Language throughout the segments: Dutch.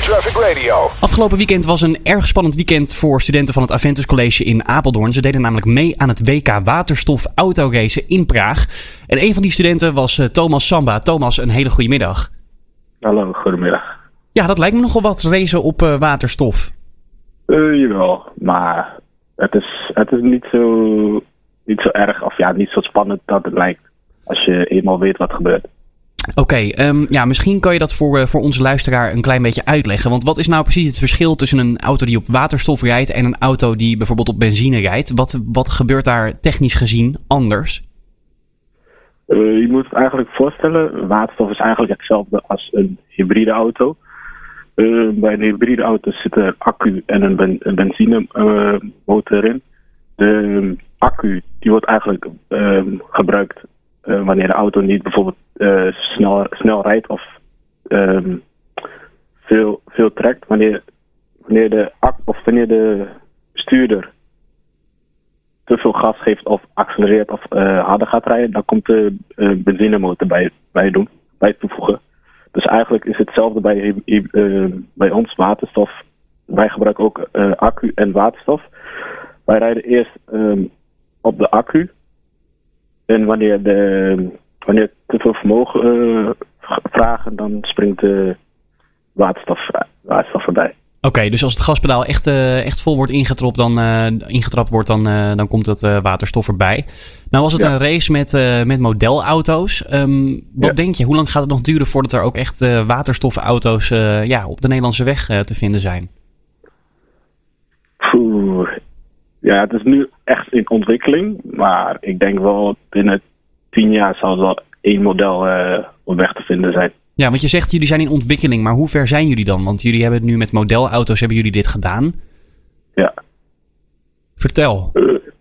Traffic Radio. Afgelopen weekend was een erg spannend weekend voor studenten van het Aventus College in Apeldoorn. Ze deden namelijk mee aan het WK waterstof autoracen in Praag. En een van die studenten was Thomas Samba. Thomas, een hele goede middag. Hallo, goedemiddag. Ja, dat lijkt me nogal wat, racen op waterstof. Jawel, maar het is niet zo erg, of ja, niet zo spannend dat het lijkt als je eenmaal weet wat gebeurt. Oké, misschien kan je dat voor onze luisteraar een klein beetje uitleggen. Want wat is nou precies het verschil tussen een auto die op waterstof rijdt en een auto die bijvoorbeeld op benzine rijdt? Wat gebeurt daar technisch gezien anders? Je moet het eigenlijk voorstellen, waterstof is eigenlijk hetzelfde als een hybride auto. Bij een hybride auto zit een accu en een benzinemotor in. De accu die wordt eigenlijk gebruikt wanneer de auto niet bijvoorbeeld snel rijdt of veel trekt. Wanneer de bestuurder te veel gas geeft of accelereert of harder gaat rijden, dan komt de benzinemotor bij toevoegen. Dus eigenlijk is hetzelfde bij ons waterstof. Wij gebruiken ook accu en waterstof. Wij rijden eerst op de accu. En wanneer te veel vermogen vragen, dan springt de waterstof voorbij. Oké, dus als het gaspedaal echt vol wordt ingetrapt wordt, dan komt het waterstof erbij. Nou was het een race met modelauto's. Wat denk je, hoe lang gaat het nog duren voordat er ook echt waterstofauto's op de Nederlandse weg te vinden zijn? Ja, het is nu echt in ontwikkeling. Maar ik denk wel binnen 10 jaar zal er wel 1 model op weg te vinden zijn. Ja, want je zegt jullie zijn in ontwikkeling, maar hoe ver zijn jullie dan? Want jullie hebben het nu met modelauto's, hebben jullie dit gedaan? Ja. Vertel.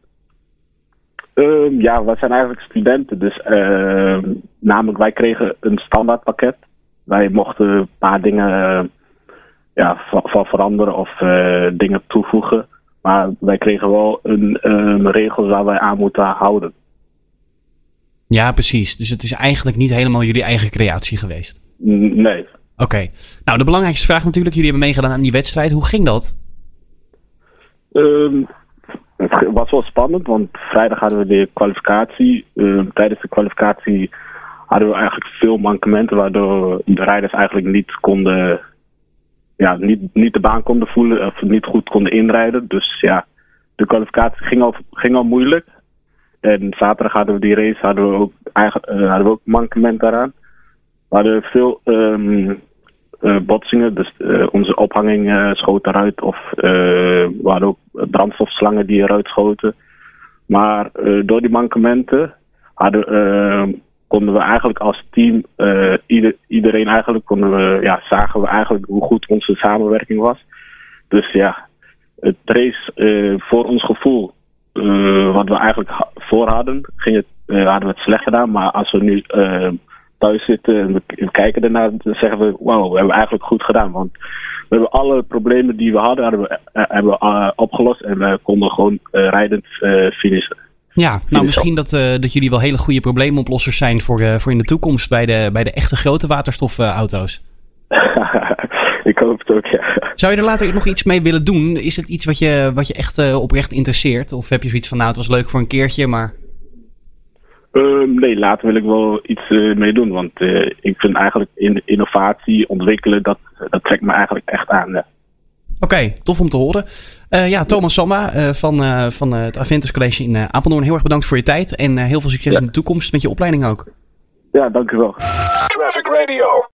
Ja, wij zijn eigenlijk studenten, dus namelijk wij kregen een standaardpakket. Wij mochten een paar dingen van veranderen of dingen toevoegen. Maar wij kregen wel een regels waar wij aan moeten houden. Ja, precies. Dus het is eigenlijk niet helemaal jullie eigen creatie geweest? Nee. Oké. Nou, de belangrijkste vraag natuurlijk. Jullie hebben meegedaan aan die wedstrijd. Hoe ging dat? Het was wel spannend, want vrijdag hadden we de kwalificatie. Tijdens de kwalificatie hadden we eigenlijk veel mankementen, waardoor de rijders eigenlijk niet de baan konden voelen of niet goed konden inrijden. Dus ja, de kwalificatie ging al moeilijk. En zaterdag hadden we die race, hadden we ook mankement daaraan. We hadden veel botsingen, dus onze ophanging schoot eruit. Of we hadden ook brandstofslangen die eruit schoten. Maar door die mankementen konden we eigenlijk als team, iedereen eigenlijk, zagen we eigenlijk hoe goed onze samenwerking was. Dus ja, het race voor ons gevoel, wat we eigenlijk voor hadden, hadden we het slecht gedaan. Maar als we nu thuis zitten en we kijken ernaar, dan zeggen we, wauw, we hebben eigenlijk goed gedaan. Want we hebben alle problemen die we hadden, hebben we opgelost en we konden gewoon rijdend finishen. Ja, nou misschien dat jullie wel hele goede probleemoplossers zijn voor in de toekomst bij de echte grote waterstofauto's. Ik hoop het ook, ja. Zou je er later nog iets mee willen doen? Is het iets wat je echt oprecht interesseert? Of heb je zoiets van, nou, het was leuk voor een keertje, maar... Nee, later wil ik wel iets mee doen. Want ik vind eigenlijk innovatie, ontwikkelen, dat trekt me eigenlijk echt aan. Ja. Oké, tof om te horen. Thomas Samba van het Aventus College in Apeldoorn. Heel erg bedankt voor je tijd. En heel veel succes in de toekomst met je opleiding ook. Ja, dank u wel. Traffic Radio.